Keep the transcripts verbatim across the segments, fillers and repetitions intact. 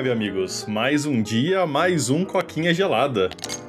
web amigos, mais um dia, mais um coquinha gelada.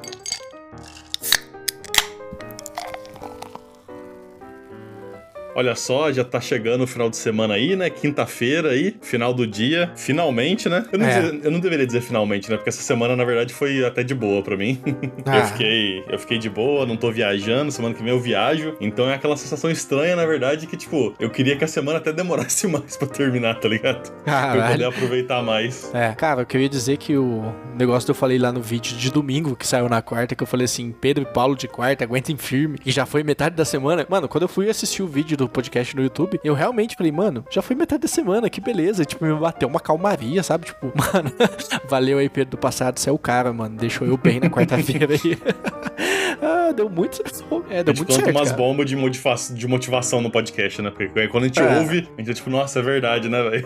Olha só, já tá chegando o final de semana aí, né? Quinta-feira aí, final do dia, finalmente, né? Eu não, É. dizer- eu não deveria dizer finalmente, né? Porque essa semana, na verdade, foi até de boa pra mim. Ah. Eu fiquei, eu fiquei de boa, não tô viajando, semana que vem eu viajo. Então é aquela sensação estranha, na verdade, que, tipo, eu queria que a semana até demorasse mais pra terminar, tá ligado? Pra eu poder Caralho. aproveitar mais. É, cara, eu queria dizer que o negócio que eu falei lá no vídeo de domingo, que saiu na quarta, que eu falei assim, Pedro e Paulo de quarta, aguentem firme, e já foi metade da semana. Mano, quando eu fui assistir o vídeo do podcast no YouTube, eu realmente falei, mano, já foi metade da semana, que beleza. E, tipo, me bateu uma calmaria, sabe? Tipo, mano, valeu aí, Pedro do passado, você é o cara, mano, deixou eu bem na quarta-feira aí. Ah, deu muito, é, deu A gente muito planta certo, umas cara. bombas de, motiva- de motivação no podcast, né? Porque quando a gente É. ouve, a gente é tipo, nossa, é verdade, né, velho?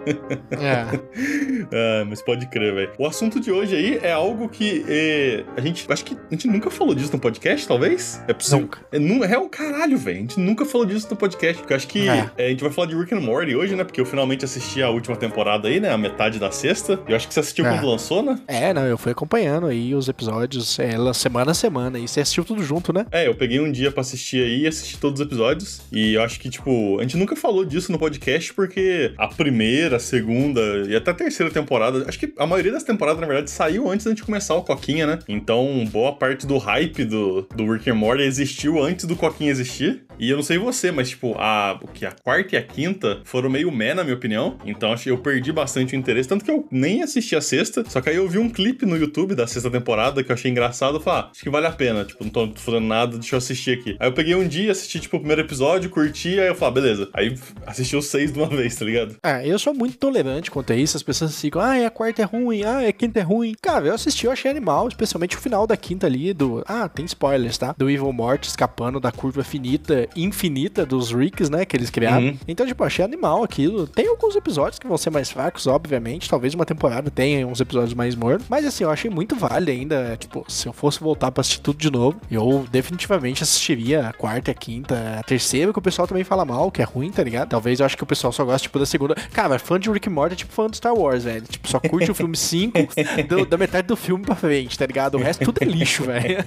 É. Ah, mas pode crer, velho. O assunto de hoje aí é algo que eh, a gente. Acho que a gente nunca falou disso no podcast, talvez? É possível. Nunca. É, nu- é um caralho, velho. A gente nunca falou disso no podcast. Porque eu acho que É. eh, a gente vai falar de Rick and Morty hoje, né? Porque eu finalmente assisti a última temporada aí, né? A metade da sexta. Eu acho que você assistiu É. quando lançou, né? É, não, eu fui acompanhando aí os episódios, ela semana a semana, e você assistiu tudo junto, né? É, eu peguei um dia pra assistir aí e assisti todos os episódios. E eu acho que, tipo, a gente nunca falou disso no podcast porque a primeira, a segunda e até a terceira temporada, acho que a maioria das temporadas, na verdade, saiu antes da gente começar o Coquinha, né? Então, boa parte do hype do, do Rick and Morty existiu antes do Coquinha existir. E eu não sei você, mas, tipo, a, o que, a quarta e a quinta foram meio meh, na minha opinião. Então, acho que eu perdi bastante o interesse. Tanto que eu nem assisti a sexta. Só que aí eu vi um clipe no YouTube da sexta temporada que eu achei engraçado. Eu falei, ah, acho que vale a pena. Tipo, não tô fazendo nada, deixa eu assistir aqui. Aí eu peguei um dia, assisti, tipo, o primeiro episódio, curti. Aí eu falei, ah, beleza. Aí assisti os seis de uma vez, tá ligado? Ah, eu sou muito tolerante quanto a isso. As pessoas ficam, ah, a quarta é ruim, ah, a quinta é ruim. Cara, eu assisti, eu achei animal, especialmente o final da quinta ali, do... Ah, tem spoilers, tá? Do Evil Morty escapando da curva finita, infinita dos Ricks, né, que eles criaram. Uhum. Então, tipo, achei animal aquilo. Tem alguns episódios que vão ser mais fracos, obviamente. Talvez uma temporada tenha uns episódios mais mornos. Mas, assim, eu achei muito válido ainda. Tipo, se eu fosse voltar pra assistir tudo de novo, eu definitivamente assistiria a quarta, a quinta, a terceira, que o pessoal também fala mal, que é ruim, tá ligado? Talvez eu acho que o pessoal só gosta, tipo, da segunda. Cara, fã de Rick and Morty é tipo fã do Star Wars, velho. Tipo, só curte o filme cinco do- da metade do filme pra frente, tá ligado? O resto tudo é lixo, velho.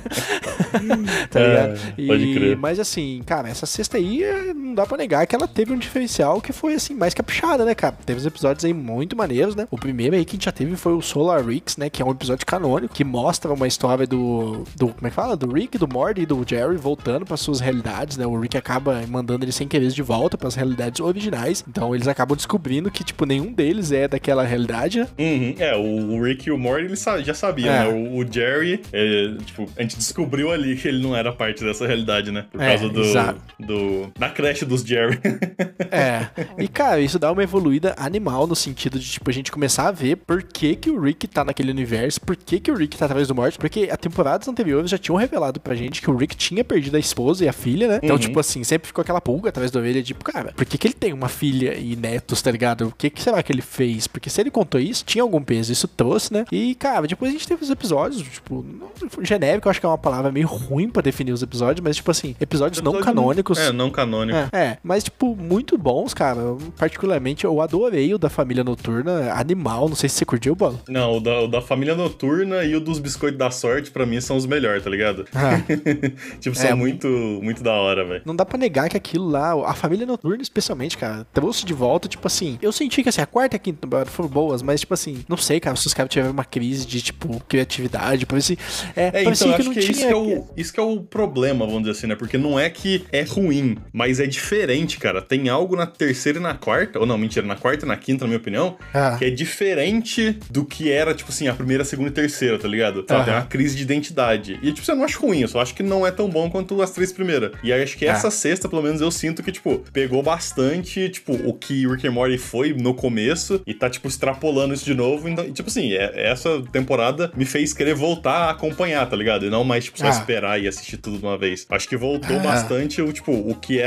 Tá ligado? É, pode crer. Mas assim, cara, essa sexta aí é, não dá pra negar que ela teve um diferencial que foi assim, mais caprichada, né, cara? Teve uns episódios aí muito maneiros, né? O primeiro aí que a gente já teve foi o Solar Ricks, né? Que é um episódio canônico que mostra uma história do. do como é que fala? Do Rick, do Morty e do Jerry voltando para suas realidades, né? O Rick acaba mandando eles sem querer de volta para as realidades originais. Então eles acabam descobrindo que, tipo, nenhum deles é daquela realidade, né? Uhum. É, o, o Rick e o Morty, eles sa- já sabiam, É. né? O, o Jerry, é, tipo, a gente descobriu ali que ele não era parte dessa realidade, né? Por É, causa do, exato. do... da creche dos Jerry. É. E, cara, isso dá uma evoluída animal no sentido de, tipo, a gente começar a ver por que que o Rick tá naquele universo, por que que o Rick tá atrás do Morty, porque a temporadas anteriores já tinham revelado pra gente que o Rick tinha perdido a esposa e a filha, né? Então, Uhum. tipo assim, sempre ficou aquela pulga atrás da orelha, tipo, cara, por que que ele tem uma filha e netos, tá ligado? O que que será que ele fez? Porque se ele contou isso, tinha algum peso, isso trouxe, né? E, cara, depois a gente teve os episódios, tipo, não- genérico, eu acho que é uma palavra meio ruim pra definir os episódios, mas, tipo assim, episódios não Episódio- canônicos. É, não canônico. É, é, mas, tipo, muito bons, cara. Particularmente, eu adorei o da Família Noturna, animal. Não sei se você curtiu, Bola. Não, o da, o da família noturna e o dos biscoitos da sorte, pra mim, são os melhores, tá ligado? Ah. Tipo, são É, muito, muito da hora, velho. Não dá pra negar que aquilo lá, a Família Noturna especialmente, cara, trouxe de volta, tipo assim, eu senti que assim, a quarta e a quinta temporada foram boas, mas tipo assim, não sei, cara, se os caras tiveram uma crise de, tipo, criatividade, parecia, é, É, parecia então, que acho não que, é isso tinha... que é, o, isso que é o problema, vamos dizer assim, né? Porque não é que é ruim, mas é diferente, cara. Tem algo na terceira e na quarta, ou não, mentira, na quarta e na quinta, na minha opinião, Ah. que é diferente do que era, tipo assim, a primeira, segunda e terceira, tá ligado? Sabe, Aham. tem uma crise de identidade. E, tipo, eu não acho ruim, eu só acho que não é tão bom quanto as três primeiras. E aí, acho que essa Ah. sexta, pelo menos, eu sinto que, tipo, pegou bastante, tipo, o que Rick and Morty foi no começo e tá, tipo, extrapolando isso de novo. Então, e, tipo assim, é, essa temporada me fez querer voltar a acompanhar, tá ligado? E não mais, tipo, só Ah. esperar e assistir tudo de uma vez. Acho que voltou Ah. bastante o, tipo, o que era, né?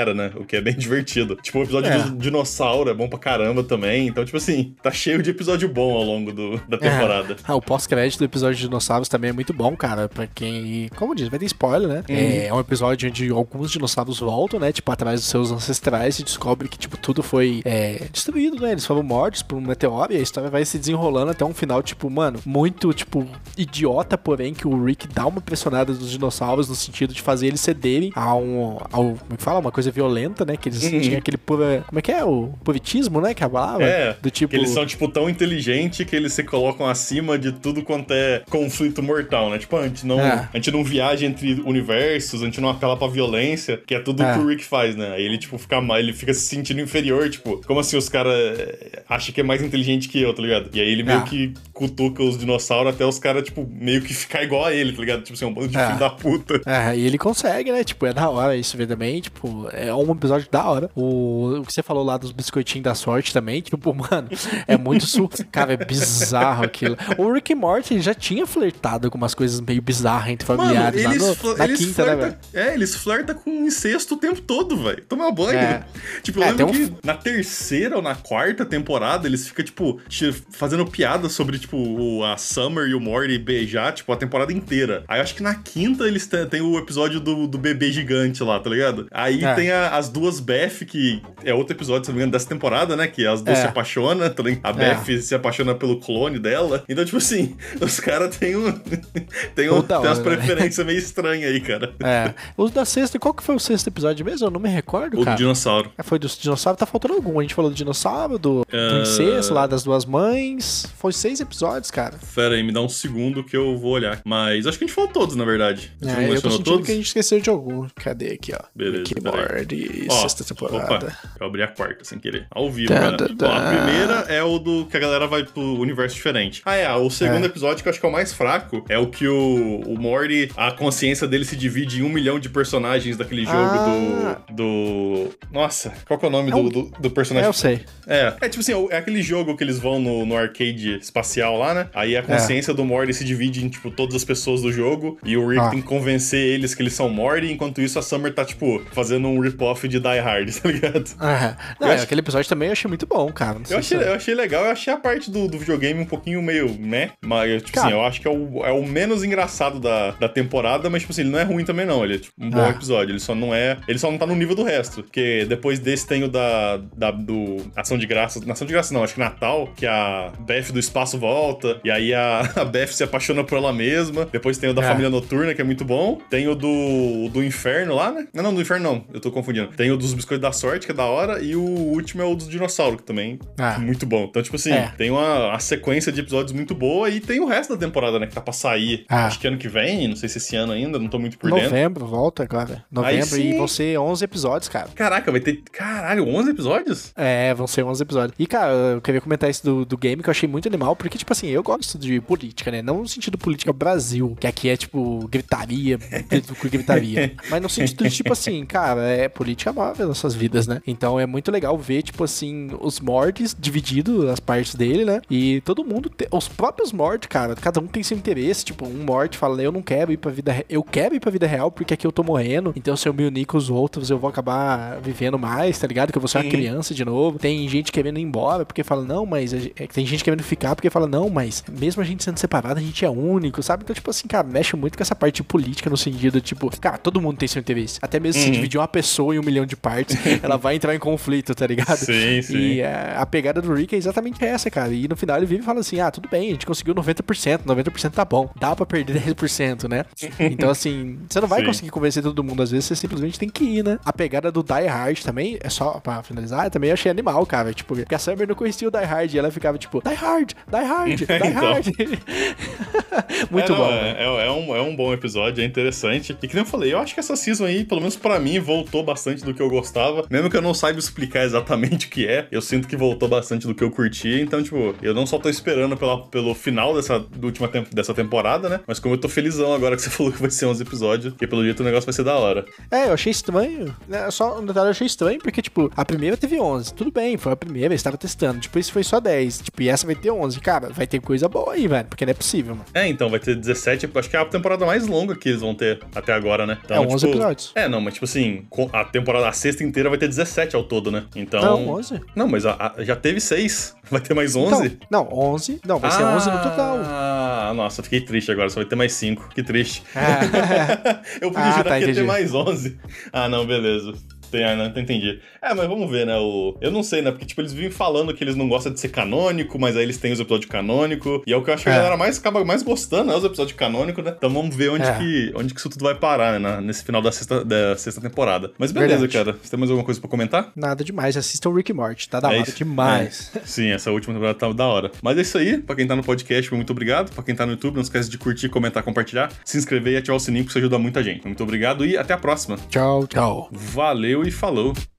que é bem divertido. Tipo, o episódio É. do dinossauro é bom pra caramba também. Então, tipo assim, tá cheio de episódio bom ao longo do, da temporada. É. Ah, o pós-crédito do episódio de dinossauros também é muito bom, cara. Pra quem. Como diz, vai ter spoiler, né? Uhum. É um episódio onde alguns dinossauros voltam, né? Tipo, atrás dos seus ancestrais e descobre que, tipo, tudo foi é, destruído, né? Eles foram mortos por um meteoro e a história vai se desenrolando até um final, tipo, mano, muito, tipo, idiota, porém, que o Rick dá uma pressionada dos dinossauros no sentido de fazer eles cederem a um. Ao, como é que fala? Uma coisa violenta, né? Que eles Uhum. tinham aquele pura. Como é que é? O puritismo, né? Que a palavra? É, do tipo. que eles são, tipo, tão inteligentes que eles se colocam acima de tudo quanto é conflito mortal, né? Tipo, a gente não, É. a gente não viaja entre universos, a gente não apela pra violência, que é tudo É. que o Rick faz, né? Aí ele, tipo, fica mal, ele fica se sentindo inferior, tipo, como assim os caras acham que é mais inteligente que eu, tá ligado? E aí ele meio É. que cutuca os dinossauros até os caras, tipo, meio que ficar igual a ele, tá ligado? Tipo assim, um bando de É. filho da puta. É, e ele consegue, né? Tipo, é da hora isso ver também. Tipo, é um episódio da hora. O, o que você falou lá dos biscoitinhos da sorte também, tipo, mano, é muito su... Cara, é bizarro aquilo. O Rick e Morty já tinha flertado com umas coisas meio bizarras entre familiares Mano, eles, lá no, fl- na eles quinta, né, flerta, velho? é, eles flertam com incesto o tempo todo, velho. Toma banho. É. Tipo, eu É, lembro tem um- que na terceira ou na quarta temporada eles ficam, tipo, te- fazendo piada sobre, tipo, o- a Summer e o Morty beijar, tipo, a temporada inteira. Aí eu acho que na quinta eles te- tem o episódio do, do bebê gigante lá, tá ligado? Aí É. tem a- as duas Beth, que é outro episódio, se não me engano, dessa temporada, né? Que as duas É. se apaixonam, tá ligado? A É. Beth se apaixona pelo clone dela. Então, tipo assim, os caras têm um, tem um, Toda tem umas hora, né? preferências meio estranhas aí, cara. É. O da sexta, qual que foi o sexto episódio mesmo? Eu não me recordo, O do cara. dinossauro. É, foi dos dinossauros, tá faltando algum. A gente falou do dinossauro, do, do Ah. incesto lá das duas mães. Foi seis episódios, cara. Pera aí, me dá um segundo que eu vou olhar. Mas acho que a gente falou todos, na verdade. A gente É, não eu tô mencionou sentindo todos? que a gente esqueceu de algum. Cadê aqui, ó? Beleza, Rick e peraí. Morty, Ó, sexta temporada. Opa, eu abri a quarta sem querer. Ao vivo, Tá, cara. tá, tá. Ó, a primeira é o do que a galera vai pro universo diferente. Ah, é. O segundo É. episódio, que eu acho que é o mais fraco, é o que o, o Morty, a consciência dele se divide em um milhão de personagens daquele jogo Ah. do. do. Nossa, qual que é o nome É do, um- do, do É, personagem? eu sei. É, é tipo assim, é aquele jogo que eles vão no, no arcade espacial lá, né? Aí a consciência do Morty se divide em, tipo, todas as pessoas do jogo. E o Rick Ah. tem que convencer eles que eles são Morty. Enquanto isso, a Summer tá, tipo, fazendo um rip-off de Die Hard, tá ligado? Ah, não, Eu é, acho- aquele episódio também eu achei muito bom, cara. Não sei Eu achei, se- eu achei legal, eu achei a parte do, do videogame um pouquinho meio, né? Mas, tipo Cara. assim, eu acho que é o, é o menos engraçado da, da temporada, mas, tipo assim, ele não é ruim também, não. Ele é, tipo, um bom Ah. episódio. Ele só não é. Ele só não tá no nível do resto. Porque depois desse tem o da. da do Ação de Graças. Na Ação de Graças, não, acho que Natal, que a Beth do espaço volta. E aí a, a Beth se apaixona por ela mesma. Depois tem o da É. Família Noturna, que é muito bom. Tem o do, do Inferno lá, né? Não, não, do Inferno não. Eu tô confundindo. Tem o dos Biscoitos da Sorte, que é da hora. E o último é o dos Dinossauros, que também Ah. é muito bom. Então, tipo assim, É. tem uma, uma sequência de episódios muito boa. E tem o resto da temporada, né? Que tá pra sair. Ah. Acho que ano que vem. Não sei se esse ano ainda. Não tô muito por dentro. Novembro, volta agora. Novembro sim. e vão ser onze episódios, cara. Caraca, vai ter. Caralho, onze episódios? É, vão ser onze episódios. E, cara, eu queria comentar isso do, do game que eu achei muito animal, porque, tipo assim, eu gosto de política, né? Não no sentido política Brasil, que aqui é, tipo, gritaria, gritaria. Mas no sentido de, tipo assim, cara, é política nova nas nossas vidas, né? Então é muito legal ver, tipo assim, os Mortys divididos, as partes dele, né? E todo mundo, te... os próprios Morty, cara, cada um tem seu interesse. Tipo, um Morty fala, eu não quero ir pra vida real, eu quero ir pra vida real porque aqui eu tô morrendo, então se eu me unir com os outros, eu vou acabar vivendo mais, tá ligado? Que eu vou ser uma Sim. criança de novo. Tem gente querendo ir embora porque fala, não, mas a gente... é, tem gente querendo ficar porque fala, não, mas mesmo a gente sendo separado, a gente é único, sabe? Então, tipo assim, cara, mexe muito com essa parte de política no sentido, tipo, cara, todo mundo tem seu interesse. Até mesmo se Uhum. dividir uma pessoa em um milhão de partes, ela vai entrar em conflito, tá ligado? Sim, sim. E a, a pegada do Rick é exatamente essa, cara. E no final ele vive e fala assim, ah, tudo bem, a gente conseguiu noventa por cento, noventa por cento tá bom, dá pra perder dez por cento, né? Então, assim, você não vai Sim. conseguir convencer todo mundo, às vezes você simplesmente tem que ir, né? A pegada do Die Hard também, é só pra finalizar, eu também achei animal, cara. Tipo, porque a Summer não conhecia o Die Hard e ela ficava tipo, Die Hard, Die Hard, Die Então. Hard. Muito É, não, bom, né? é, é, é um, é um bom episódio, é interessante. E que nem eu falei, eu acho que essa season aí, pelo menos pra mim, voltou bastante do que eu gostava. Mesmo que eu não saiba explicar exatamente o que é. Eu sinto que voltou bastante do que eu curti, então, tipo, eu não só tô esperando pela, pelo final dessa, do última temp- dessa temporada, né? Mas como eu tô felizão agora que você falou que vai ser onze episódios, porque pelo jeito o negócio vai ser da hora. É, eu achei estranho, né? Só um detalhe, eu achei estranho, porque, tipo, a primeira teve onze, tudo bem, foi a primeira, eles estavam testando, depois foi só dez, tipo, e essa vai ter onze, cara, vai ter coisa boa aí, velho, porque não é possível, mano. É, então, vai ter dezessete, acho que é a temporada mais longa que eles vão ter até agora, né? Então, é, onze tipo, episódios. É, não, mas tipo assim, a temporada, a sexta inteira vai ter dezessete ao todo, né? Então... Não, onze. Não, mas a, a, já teve seis, vai ter mais onze? Então, não, onze, não, vai ser ah, onze no total. Ah, nossa, fiquei triste agora, só vai ter mais cinco, que triste. Ah. Eu podia Ah, jurar tá, que ia entendi. ter mais onze. Ah, não, beleza. Tem, ah, não, entendi. É, mas vamos ver, né? O... Eu não sei, né? Porque, tipo, eles vivem falando que eles não gostam de ser canônico, mas aí eles têm os episódios canônicos. E é o que eu acho que a É. galera mais, acaba mais gostando, né? Os episódios canônicos, né? Então vamos ver onde, É. que, onde que isso tudo vai parar, né? na- Nesse final da sexta, da sexta temporada. Mas beleza, Verdade. cara. Você tem mais alguma coisa pra comentar? Nada demais, assistam Rick e Morty, tá da É hora isso. demais. É. Sim, essa última temporada tava da hora. Mas é isso aí. Pra quem tá no podcast, muito obrigado. Pra quem tá no YouTube, não esquece de curtir, comentar, compartilhar, se inscrever e ativar o sininho, que isso ajuda muita gente. Muito obrigado e até a próxima. Tchau, tchau. Valeu e falou!